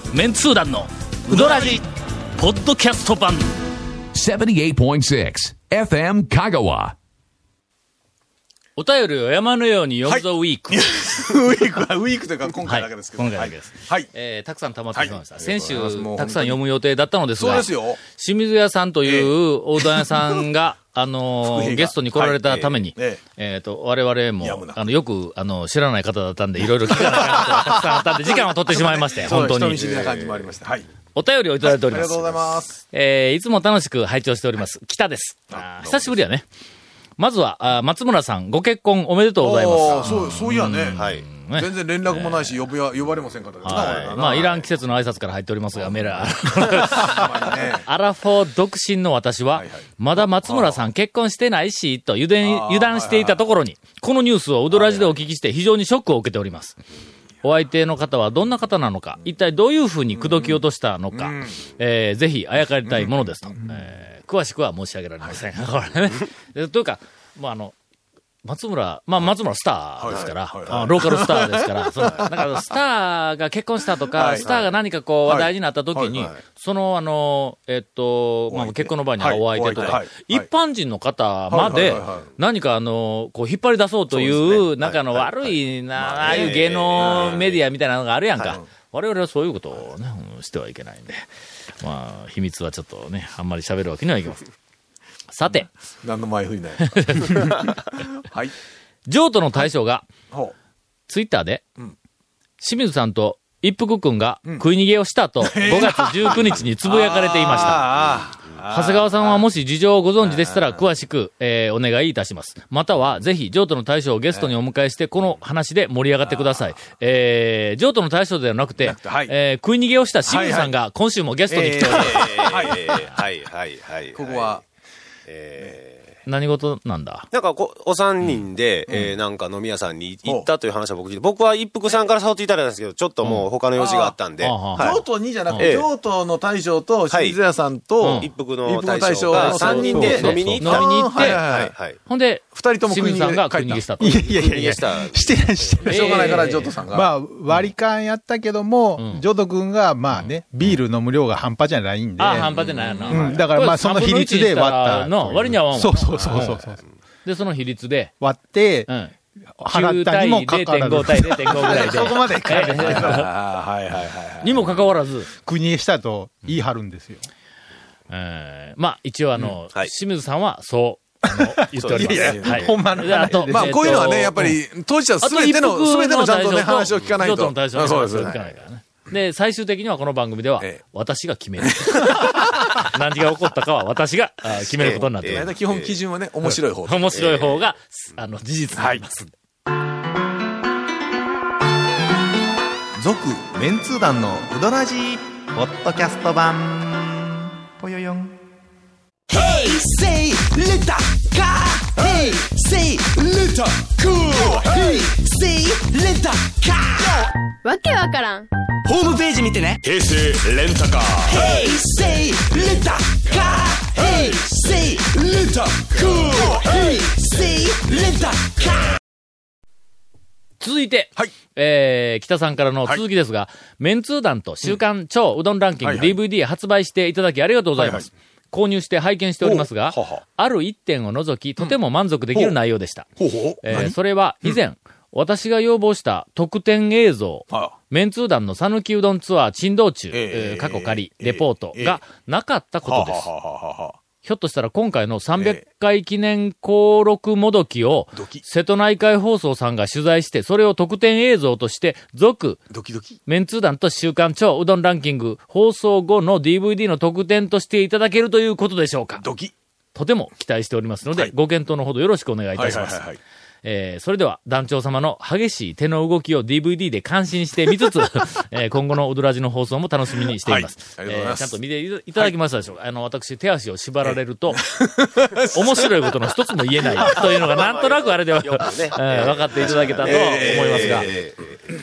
メンツー団のウドラジポッドキャスト版 78.6 FM 香川。 お便りを山のように読むぞウィーク、 ウィークというか今回だけですけど、 今回だけです、 はい、 たくさん溜まってしまいました、 はい、 先週もうたくさん読む予定だったのですが、 そうですよ、 清水屋さんというおうどん屋さんがゲストに来られたために、我々もよく知らない方だったんでいろいろ聞かないことがたくさんあったんで時間を取ってしまいまして本当に人見知りな感じもありました。はい、 お便りをいただいております。 ありがとうございます。 いつも楽しく拝聴しております。北です。久しぶりやね。まずは、松村さん、ご結婚おめでとうございます。 そういやね。 はい。 全然連絡もないし、呼ばれませんかったからまあ、いらん季節の挨拶から入っておりますが、メラ。アラフォー独身の私は、まだ松村さん結婚してないし、と油断していたところに、このニュースをウドラジでお聞きして非常にショックを受けております。お相手の方はどんな方なのか、一体どういうふうに口説き落としたのか、ぜひあやかりたいものですと。詳しくは申し上げられません。これね。というか、まあ、松村スターですから、ローカルスターですから、なんかスターが結婚したとか、スターが何かこう話題になった時に、その、結婚の場合にはお相手とか、一般人の方まで、何かこう引っ張り出そうという、なんか悪いな、ああいう芸能メディアみたいなのがあるやんか。我々はそういうことをね、してはいけないんで、まあ、秘密はちょっとね、あんまり喋るわけにはいきません。さて。 何の前振りない。はい。 譲渡の大将が、ツイッターで、清水さんと一福くんが食い逃げをしたと5月19日につぶやかれていました。長谷川さんはもし事情をご存知でしたら詳しく、お願いいたします。または、ぜひ、譲渡の大将をゲストにお迎えして、この話で盛り上がってください。譲渡の大将ではなくて、食い逃げをした清水さんが今週もゲストに来ております。 ここは、 何事なんだ。 なんかお三人で、なんか飲み屋さんに行ったという話は僕聞いて、僕は一服さんから誘っていただいたんですけど、ちょっともう他の用事があったんで。 譲渡にじゃなくて、譲渡の大将と清水屋さんと一服の大将が3人で飲みに行って、 ほんで、 二人とも清水さんが食い逃げしたと。 いや、してない。 しょうがないから、譲渡さんが。 まあ、割り勘やったけども、譲渡君が、まあね、ビール飲む量が半端じゃないんで。 半端じゃないな。 だからまあ、その比率で割った。 の割にはそう。 で、その比率で。 割って、払ったにもかかわらず。 9対 0.5 ぐらいで。 そこまでいかない。 にもかかわらず。 食い逃げしたと言い張るんですよ。 まあ、一応清水さんはそう、言っております。 ほんまの話まあ、こういうのはね、やっぱり、当事者すべてのちゃんとね、話を聞かないと。 譲渡の対象の話を聞かないからね。で、最終的にはこの番組では、私が決める。何が起こったかは私が決めることになっている。 基本基準はね、面白い方。 面白い方が、事実になります。 続、メンツー団のウドラジー、ポッドキャスト版、ぽよよん。 Hey, say, let the car. Hey, say, let the cool. Hey, say, let the car. わけわからん。 ホームページ見てね。 平成レンタカー。 Hey, say, let the car. Hey, say, let the cool. Hey, say, let the car. 続いて、北さんからの続きですが、メンツー団と週刊超うどんランキング DVD 発売していただきありがとうございます。購入して拝見しておりますが、ある一点を除き、とても満足できる内容でした。それは以前、私が要望した特典映像、メンツー団の讃岐うどんツアー珍道中、過去仮、レポートがなかったことです。ひょっとしたら今回の300回記念登録もどきを、瀬戸内海放送さんが取材して、それを特典映像として、続、メンツー団と週刊超うどんランキング放送後の DVD の特典としていただけるということでしょうか。とても期待しておりますので、ご検討のほどよろしくお願いいたします。それでは団長様の激しい手の動きを DVD で感心して見つつ、今後のうどらじの放送も楽しみにしています。ちゃんと見ていただきましたでしょうか。私、手足を縛られると、面白いことの一つも言えないというのがなんとなくあれでは、分かっていただけたと思いますが、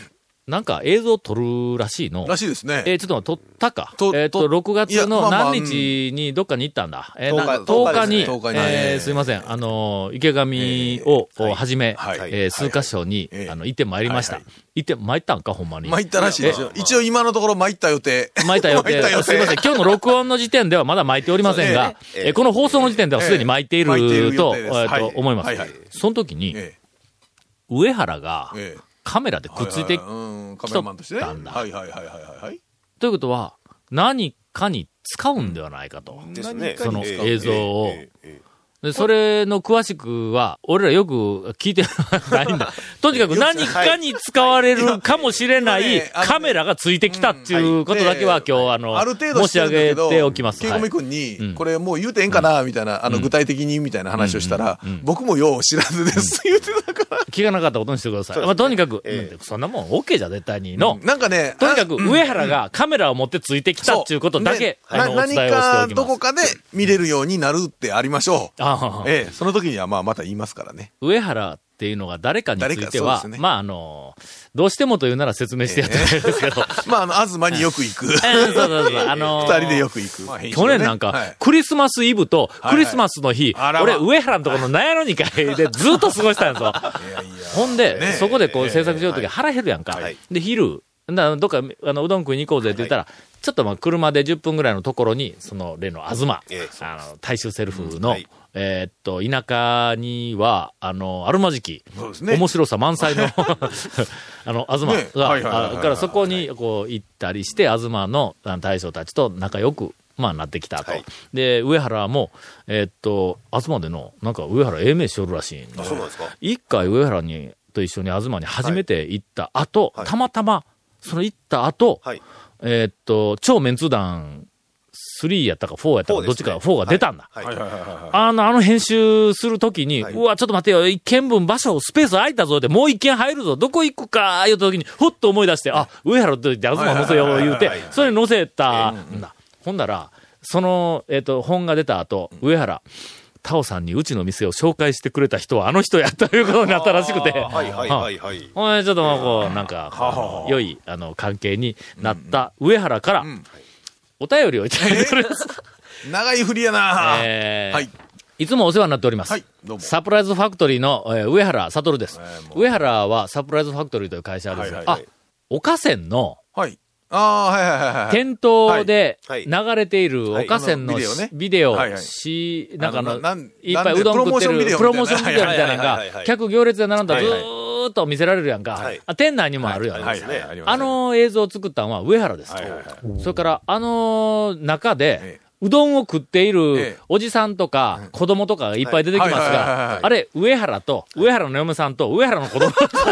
なんか映像撮るらしいの。 らしいですね。 ちょっと撮ったか。 と 6月のいやまあまあ何日にどっかに行ったんだ。 10日に、 10日にすいません、池上をはじめ、 はい数箇所に、行ってまいりました。行って参ったんか、ほんまに。 参ったらしいですよ。一応今のところ参った予定。 参った予定。すいません、今日の録音の時点ではまだ巻いておりませんが、この放送の時点ではすでに巻いていると思います。その時に、上原がカメラでくっついてきとったんだ。ということは、何かに使うんではないかと。その映像を。で、それの詳しくは、俺らよく聞いてないんだ。とにかく何かに使われるかもしれないカメラがついてきたっていうことだけは今日、 ある程度申し上げておきます。 ケイコミ君に、これもう言うてええんかなみたいな、具体的にみたいな話をしたら、僕もよう知らずです言うてたから。 聞かなかったことにしてください。まあ、とにかく、そんなもん OK じゃ絶対にの。 なんかね、 とにかく上原がカメラを持ってついてきたっていうことだけ、お伝えをしておきます。 何かどこかで見れるようになるってありましょう。その時にはまた言いますからね。 上原っていうのが誰かについては、まあどうしてもというなら説明してやったらいいですけど。 まあ東によく行く。二人でよく行く。 去年なんか、クリスマスイブとクリスマスの日、俺上原のところの納屋の2階でずっと過ごしたんですよ。ほんで、そこでこう制作しようとき腹減るやんか。で、昼、どっかうどん食いに行こうぜって言ったら、ちょっとまあ車で10分ぐらいのところに、その例の東、大衆セルフの、田舎には、あるまじき、面白さ満載の、東が、からそこにこう行ったりして、東の大将たちと仲良く、まあなってきたと。で、上原も、東での、なんか上原英明しおるらしいんで。 そうなんですか？ 一回上原に、と一緒に東に初めて行った後、たまたま、その行った後、超メンツ団3やったか4やったかどっちか4が出たんだ。あの編集するときに、うわ、ちょっと待ってよ、一件分場所、スペース空いたぞって、もう一件入るぞ、どこ行くか、言うたときに、ふっと思い出して、あ、上原と言って東乗せよう言うて、それに乗せたんだ。ほんなら、その、本が出た後、上原、タオさんにうちの店を紹介してくれた人はあの人やということになったらしくて。ほんで、ちょっとまあこう、なんか、良い、関係になった上原から、お便りをいただいております。 長い振りやないつもお世話になっております。サプライズファクトリーの、上原悟です。上原はサプライズファクトリーという会社です。岡線の、店頭で流れている岡線のビデオ、なんかいっぱいうどん食ってるプロモーションビデオみたいなのが、客行列で並んだらずーっと見せられるやんか。店内にもあるやん。映像を作ったのは上原です。それから、中で、うどんを食っているおじさんとか子供とかがいっぱい出てきますが、あれ、上原と、上原の嫁さんと上原の子供。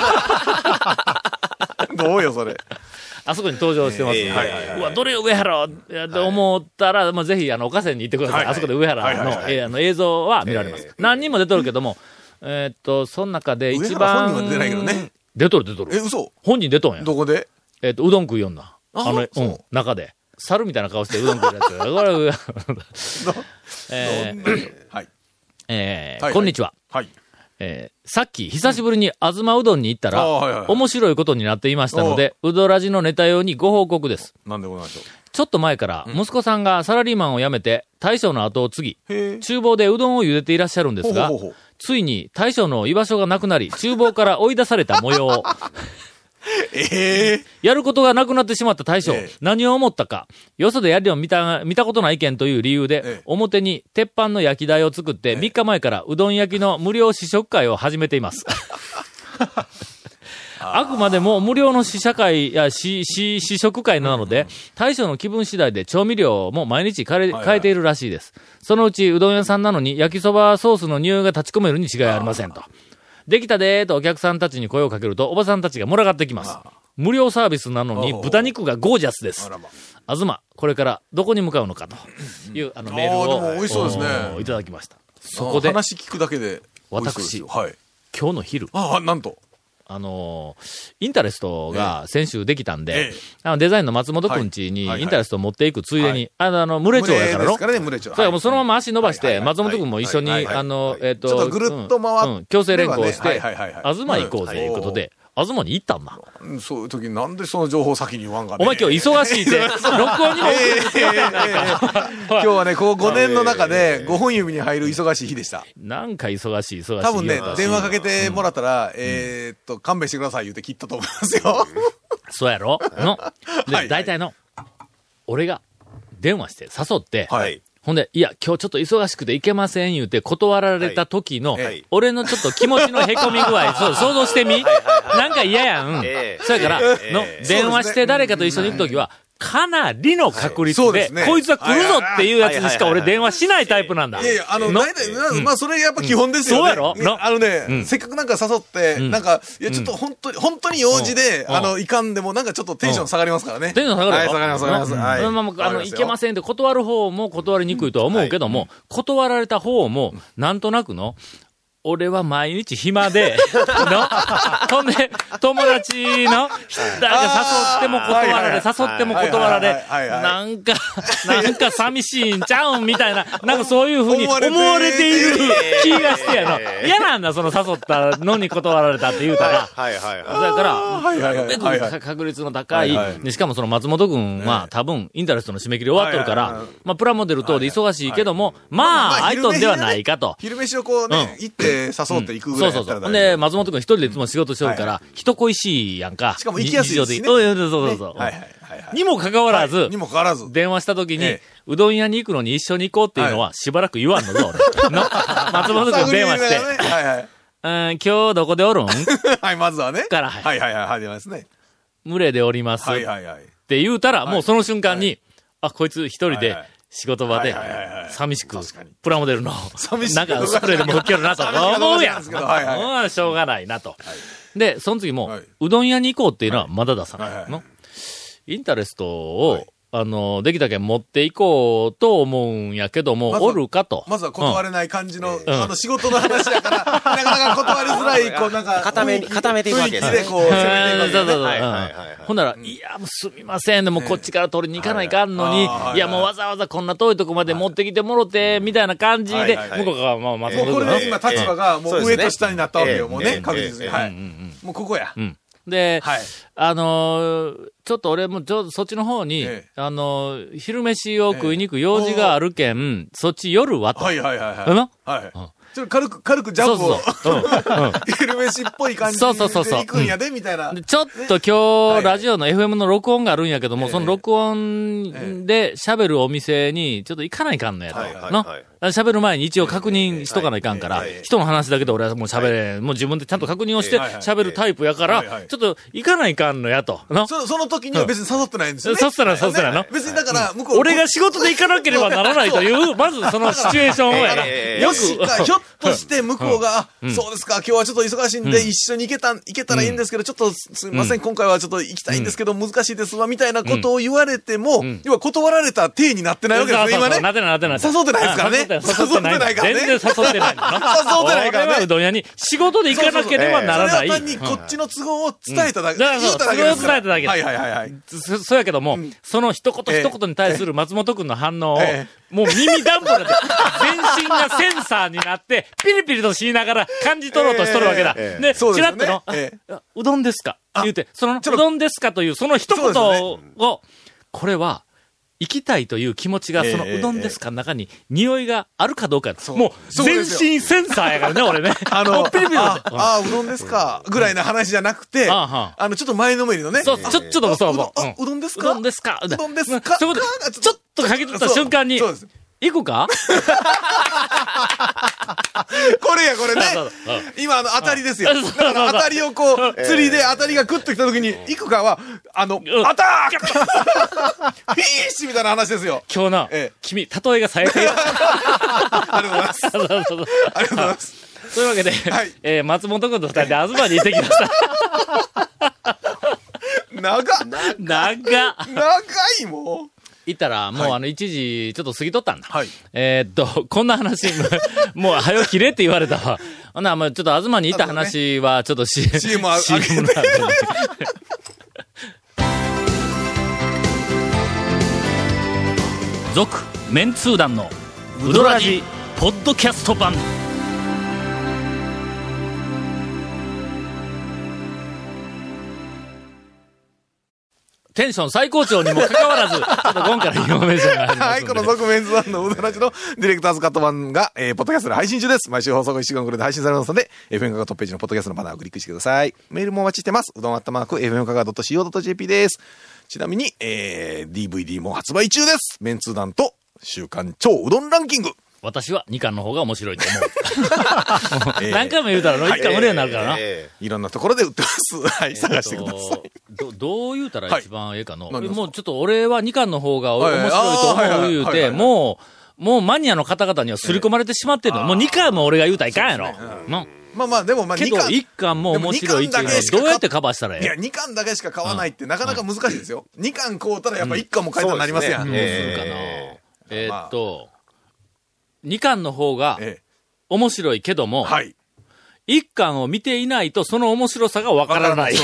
どうよ、それ。 あそこに登場してます。うわ、どれ上原と思ったら、まあ、ぜひ、岡線に行ってください。あそこで上原の映像は見られます。何人も出とるけども、その中で一番。 本人は出ないけどね。 出とる。 嘘？ 本人出とんや。 どこで？ うどん食いよんな。中で。猿みたいな顔してうどん食いやつ。これ、こんにちは。さっき久しぶりにあずまうどんに行ったら、面白いことになっていましたので、うどらじのネタ用にご報告です。 なんでございましょう。 ちょっと前から息子さんがサラリーマンを辞めて大将の後を継ぎ、厨房でうどんを茹でていらっしゃるんですが、ついに大将の居場所がなくなり、厨房から追い出された模様。やることがなくなってしまった大将、何を思ったか、よそでやりを見たことないけんという理由で、表に鉄板の焼き台を作って、3日前からうどん焼きの無料試食会を始めています。あくまでも無料の試食会なので、大将の気分次第で調味料も毎日変えているらしいです。そのうちうどん屋さんなのに焼きそばソースの匂いが立ち込めるに違いありませんと。できたでーとお客さんたちに声をかけると、おばさんたちが群がってきます。無料サービスなのに豚肉がゴージャスです。あずま、これからどこに向かうのかというメールをいただきました。そこで、 話聞くだけで私、今日の昼、 なんと。 インタレストが先週できたんで、デザインの松本くんちにインタレストを持っていくついでに、群れ町やからの。そうや、もうそのまま足伸ばして、松本くんも一緒に、 ちょっとぐるっと回って、 強制連行して、東行こうぜ、いうことで、 東に行ったんだ。 そういう時なんでその情報先に言わんかね。 お前今日忙しいって、録音にも送るって言ってんないか。 今日はね、こう5年の中で5本指に入る忙しい日でした。 なんか忙しい。 多分ね、電話かけてもらったら、勘弁してください言うて切ったと思いますよ。 そうやろの。で、大体の、俺が電話して誘って、ほんで、いや、今日ちょっと忙しくて行けません言うて断られた時の、俺のちょっと気持ちのへこみ具合、想像してみなんか嫌やん。そやから、電話して誰かと一緒に行く時は、かなりの確率で、こいつは来るぞっていうやつにしか俺電話しないタイプなんだ。 いやいや、大体、まあそれやっぱ基本ですよね。 そうやろせっかくなんか誘って、なんか、いやちょっと本当に用事で、いかんでもなんかちょっとテンション下がりますからね。 テンション下がるよ。 下がります、下がります。 いけませんって断る方も断りにくいとは思うけども、断られた方も、なんとなくの、俺は毎日暇で、ほんで、友達の、誰か誘っても断られ、誘っても断られ、なんか寂しいんちゃうんみたいな、なんかそういう風に思われている気がしてやの。嫌なんだ、その誘ったのに断られたって言うたら。だから、確率の高い、しかもその松本君は多分、インタレストの締め切り終わっとるから、まあ、プラモデル等で忙しいけども、まあ、アイトンではないかと。 昼飯をこうね、行って、誘っていくぐらいだったら。 ほんで、松本くん一人でいつも仕事してるから、人恋しいやんか。 しかも行きやすいですしね。 にもかかわらず、電話した時に、うどん屋に行くのに一緒に行こうっていうのはしばらく言わんのぞ、俺。松本くん電話して、今日どこでおるんはい、まずはね。 から、 始まりますね。 群れでおります。って言うたら、もうその瞬間に、あ、こいつ一人で、仕事場で、寂しく、プラモデルの、なんかスプレーでも吹きよるなと思うやん。しょうがないなと。で、その次も、うどん屋に行こうっていうのはまだ出さないの。インタレストを、できたけん持っていこうと思うんやけども、おるかと。 まずは断れない感じの、仕事の話だから、なかなか断りづらい、こうなんか、 固めていくわけですね。 こう、攻めていくわけね。 ほんなら、いや、もうすみません。でもこっちから取りに行かないかんのに、いや、もうわざわざこんな遠いとこまで持ってきてもろて、みたいな感じで、向こうが、まあ、松本君。 これで今立場がもう上と下になったわけよ、もうね、確実に。はい。もうここや。 で、ちょっと俺もそっちの方に、昼飯を食いに行く用事があるけん、そっち夜はと。 はい。ちょっと軽くジャンプを、昼飯っぽい感じで行くんやで、みたいな。 ちょっと今日、ラジオの FM の録音があるんやけども、その録音で喋るお店に、ちょっと行かないかんのやと。喋る前に一応確認しとかないかんから、人の話だけで俺はもう喋れん。もう自分でちゃんと確認をして喋るタイプやから、ちょっと行かないかんのやと。 その時には別に誘ってないんですよね。 誘ってないの。 別にだから、向こう。 俺が仕事で行かなければならないという、まずそのシチュエーションをやな。 よし、ひょっとして向こうが、そうですか、今日はちょっと忙しいんで一緒に行けたらいいんですけど、ちょっとすみません、今回はちょっと行きたいんですけど、難しいですわ、みたいなことを言われても、要は断られた体になってないわけですね、今ね。 なってない。 誘ってないですからね。 誘ってないからね。全然誘ってないの。 誘ってないからね。 俺はうどん屋に仕事で行かなければならない。 それは単にこっちの都合を伝えただけ。 言うただけです。伝えただけ。 はい。 そうやけども、その一言一言に対する松本くんの反応を、もう耳ダンボで、全身がセンサーになって、ピリピリとしながら感じ取ろうとしとるわけだ。で、チラッとの、うどんですか言うて、その、うどんですかというその一言を、これは、行きたいという気持ちが、そのうどんですかの中に匂いがあるかどうか。もう、全身センサーやからね、俺ね。ピリピリうどんですかぐらいな話じゃなくて、ちょっと前のめりのね。 そう、ちょっとそう、 うどんですかうどんですかうどんですかそこで、ちょっとかけ取った瞬間に、行くかこれね。今当たりですよ。当たりをこう、釣りで当たりがグッと来た時に、行くかは、アタックフィーシみたいな話ですよ。 今日な、君、例えが冴えてる。 ありがとうございます。ありがとうございます。 というわけで、松本君と二人で東に行ってきました。長いもう。 行ったら、もう1時ちょっと過ぎとったんだ。こんな話、もう、早切れって言われたわ。ほんなら、ちょっと東に行った話は、ちょっとCM の後に。続、メンツー団の、ウドラジ、ポッドキャスト版。 テンション最高潮にもかかわらず、ちょっと今回のインフォメーションがありますはい、この続メンズワンのうどらじのディレクターズカット版が、ポッドキャストで配信中です。毎週放送後1週間くらいで配信されますので、FM 香川トップページのポッドキャストのバナーをクリックしてください。メールもお待ちしてます。うどん@FM 香川 .co.jp です。ちなみに、DVD も発売中です。メンツー団と週刊超うどんランキング。 私は2巻の方が面白いと思う。何回も言うたら1巻無理になるからな。 いろんなところで売ってます。はい、探してください。 どう言うたら一番ええかの、もうちょっと俺は2巻の方が面白いと思う言うて、もうマニアの方々には刷り込まれてしまってるの。もう2巻も俺が言うたらいかんやろ。 まあまあ、でもまあけど1巻も面白いっていうのはどうやってカバーしたらええ？ いや、2巻だけしか買わないってなかなか難しいですよ。2巻買うたらやっぱ1巻も買いたくなりますやん。 どうするかな。2巻の方が面白いけども、1巻を見ていないとその面白さがわからない。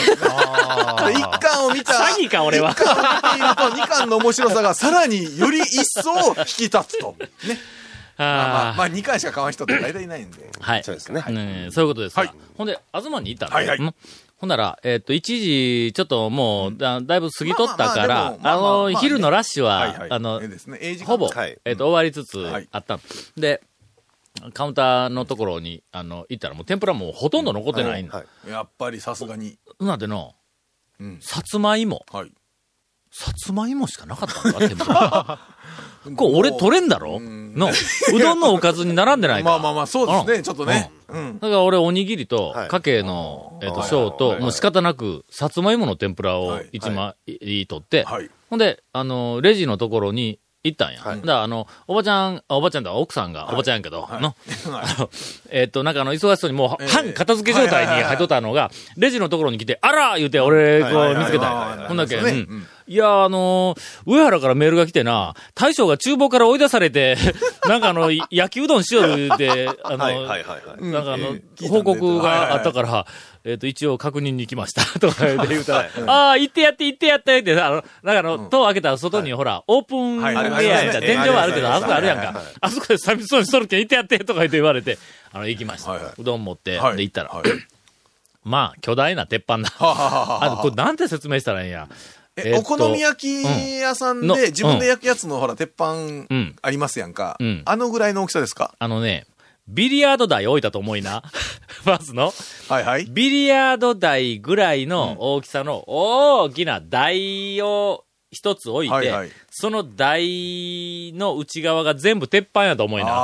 1巻を見た詐欺か、俺は。 1巻を見ていると2巻の面白さがさらにより一層引き立つと。ね。まあ2巻しか買わん人って大体いないんで。 はい。 そうですね。 そういうことです。ほんで、東に行ったら、ほんなら、1時、ちょっともう、だいぶ過ぎとったから、昼のラッシュは、ほぼ、終わりつつあったの。で、カウンターのところに、行ったらもう天ぷらもほとんど残ってないの。 やっぱりさすがに。 なんでの、さつまいも。さつまいもしかなかったんだ、天ぷら。これ俺取れんだろの、うどんのおかずに並んでないか。 まあ、そうですね、ちょっとね。 だから俺おにぎりと、かけの、小と、もう仕方なく、さつまいもの天ぷらを一枚取って、ほんで、レジのところに行ったんや。だからおばちゃんだ、奥さんがおばちゃんやけど、なんか忙しそうにもう、半片付け状態に入っとったのが、レジのところに来て、あら言うて俺、こう見つけたんや。ほんだけ、いや、上原からメールが来てな、大将が厨房から追い出されて、なんか焼きうどんしよるで、なんか報告があったから、一応確認に来ました、とか言うたら、行ってやって、って、なんか戸を開けたら外にほら、オープンエアやんか、天井はあるけど、あそこあるやんか。あそこで寂しそうにしとるけん、行ってやって、とか言われて、行きました。うどん持って、で、行ったら、まあ、巨大な鉄板だ。これなんて説明したらいいんや。 お好み焼き屋さんで自分で焼くやつのほら、鉄板ありますやんか。あのぐらいの大きさですか？ ビリヤード台置いたと思いな。まずの。ビリヤード台ぐらいの大きさの大きな台を一つ置いて、その台の内側が全部鉄板やと思いな。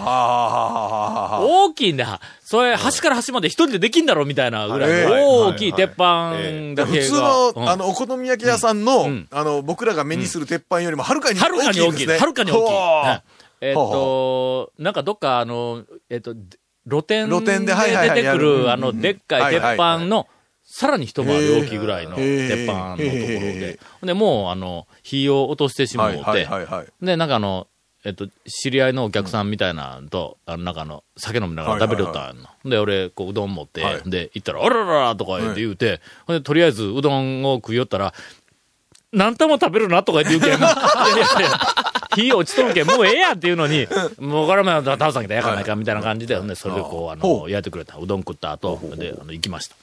大きいんだ。それ、端から端まで一人でできんだろみたいなぐらいの大きい鉄板だけが。 普通の、お好み焼き屋さんの、僕らが目にする鉄板よりもはるかに大きいですね。 はるかに大きい。なんかどっか露店で出てくるでっかい鉄板の、さらに一回り大きいぐらいの鉄板のところで。で、もう火を落としてしまうて。で、なんか知り合いのお客さんみたいなのと、なんか酒飲みながら食べるったんの。で、俺、うどん持って、で、行ったら、あらららとか言うて、で、とりあえずうどんを食いよったら、何玉食べるなとか言って言うけん。いや、火落ちとるけん、もうええやんっていうのに、もうからめたタオさん来たらやかないかみたいな感じで、それで焼いてくれた。うどん食った後、で、行きました。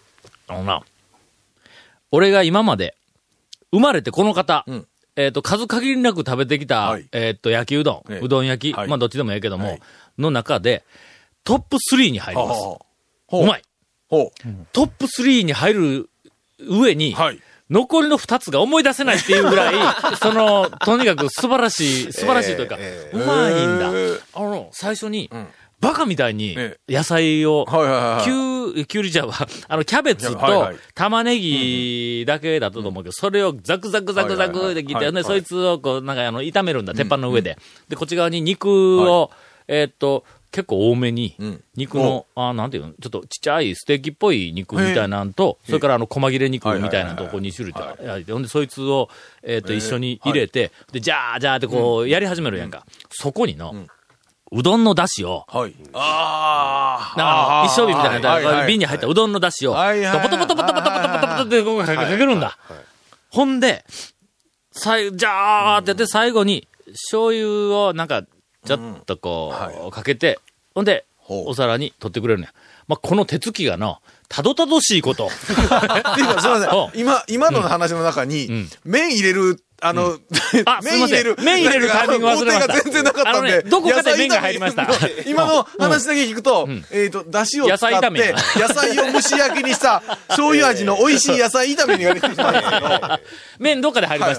俺が今まで、生まれてこの方、数限りなく食べてきた、焼きうどん、うどん焼き、まあどっちでもええけども、の中で、トップ3に入ります。うまい。トップ3に入る上に、残りの2つが思い出せないっていうぐらい、とにかく素晴らしいというか、うまいんだ。最初に、バカみたいに野菜を、きゅうりじゃは、キャベツと玉ねぎだけだったと思うけど、それをザクザクで切って、そいつをこう、なんか炒めるんだ、鉄板の上で。で、こっち側に肉を、結構多めに、肉の、なんていうの、ちょっとちっちゃいステーキっぽい肉みたいなんと、それから細切れ肉みたいなとこ2種類焼いて、ほんでそいつを、一緒に入れて、で、じゃーってこう、やり始めるやんか。そこにの、うどんの出汁を、一升瓶みたいな瓶に入ったうどんの出汁を、ポトポトってこうかけるんだ。ほんで、じゃーってやって最後に、醤油をなんか、ちょっとこう、かけて、ほんで、 お皿に取ってくれるねん。まあ、この手つきがたどたどしいこと。 っていうか、すみません。今の話の中に、麺入れる、 麺入れるタイミング忘れました。 工程が全然なかったんで。 どこかで麺が入りました。 今の話だけ聞くと、だしを使って、野菜を蒸し焼きにした、醤油味の美味しい野菜炒めに言われてきたんですけど。 麺どっかで入りました。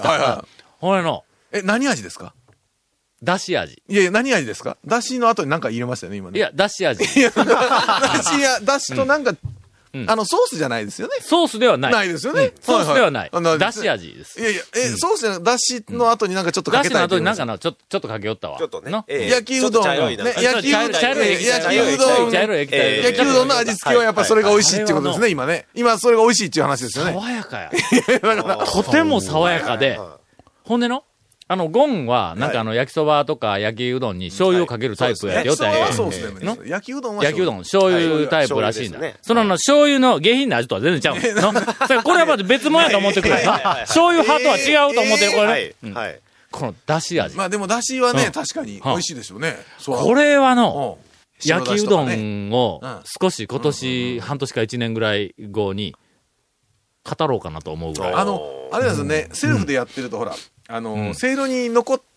ほら何味ですか？ だし味。 いや、何味ですか？だしの後に何か入れましたよね、今ね。 いや、だし味。 だしとなんか、ソースじゃないですよね。 ソースではない。 ないですよね。 ソースではない。だし味です。 いやいや、ソースじゃない、だしの後になんかちょっとかけたい。 だしの後になんかちょっとかけよったわ。 ちょっとね。 焼きうどん。焼きうどんの味付けはやっぱそれが美味しいっていうことですね、今ね。今それが美味しいっていう話ですよね。 爽やかや。とても爽やかで、ほんでゴンは、なんか焼きそばとか焼きうどんに醤油をかけるタイプやってよったんや。 そうですね。焼きうどんは醤油タイプらしいんだ。その醤油の下品な味とは全然ちゃうの。これはまず別物やと思ってくれ。醤油派とは違うと思ってる、これね。このだし味。 まあでもだしはね、確かに美味しいですよね。 これは焼きうどんを少し今年半年か1年ぐらい後に語ろうかなと思うぐらい。 あれですよね、セルフでやってるとほら、せいろに残って、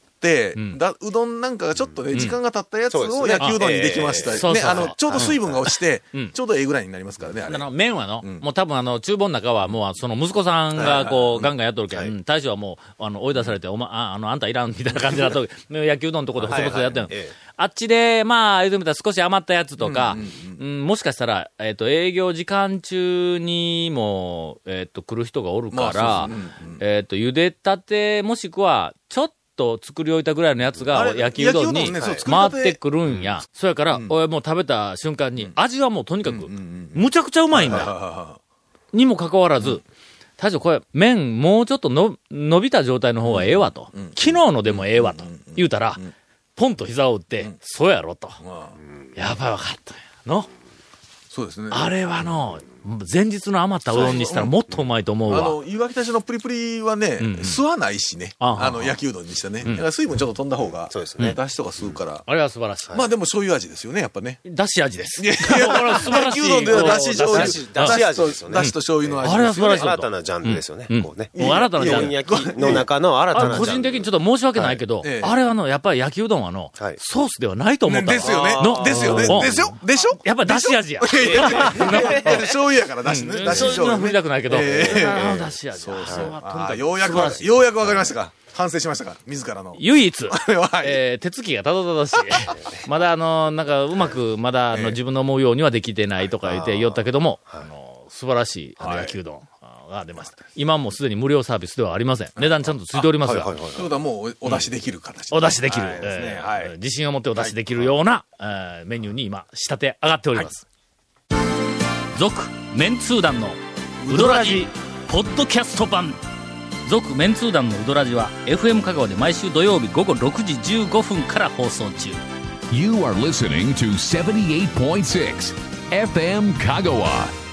うどんなんかがちょっとね、時間が経ったやつを焼きうどんにできましたね。ちょうど水分が落ちて、ちょうどええぐらいになりますからね、あれ。 麺はもう多分厨房の中はもうその息子さんがガンガンやっとるけん、大将はもう追い出されて、あんたいらんみたいな感じだと、焼きうどんのとこで細々やってる。あっちで、まあ、言うてみたら少し余ったやつとか、もしかしたら、営業時間中にも、来る人がおるから、茹でたて、もしくは、ちょっと作り置いたぐらいのやつが、焼きうどんに回ってくるんや。そやから、俺もう食べた瞬間に、味はもうとにかく、むちゃくちゃうまいんだ。にもかかわらず、大将これ、麺もうちょっと伸びた状態の方がええわと。昨日のでもええわと。言うたら、ポンと膝を打って、そうやろと。やばいわかったんや。 そうですね。 あれは前日の余ったうどんにしたらもっとうまいと思うわ。 湯がきたちのプリプリはね、吸わないしね。焼きうどんにしたね。だから水分ちょっと飛んだ方が、だしとか吸うから。 あれは素晴らしい。 まあでも醤油味ですよね、やっぱね。 だし味です。 いや、素晴らしい。焼きうどんではだし醤油。だし味ですよね。だしと醤油の味。 あれは素晴らしい。 新たなジャンルですよね。 もう新たなジャンル。 焼きの中の新たなジャンル。 個人的にちょっと申し訳ないけど、あれはやっぱり焼きうどんはソースではないと思ったですよね。ですよね。でしょやっぱりだし味や。 醤油やからだしね。 そういうのは振りたくないけど。だし味。 ようやくわかりましたか。反省しましたか自らの。 唯一、手つきがたどたどしい。まだなんかうまく、まだ自分の思うようにはできてないとか言って言ったけども、素晴らしい焼きうどんが出ました。今もすでに無料サービスではありません。値段ちゃんとついておりますが。 ということはもうお出しできる形。 お出しできる。自信を持ってお出しできるようなメニューに今仕立て上がっております。続メンツー団のウドラジポッドキャスト版。続メンツー団のウドラジは FM 香川で毎週土曜日午後6時15分から放送中。 You are listening to 78.6 FM 香川。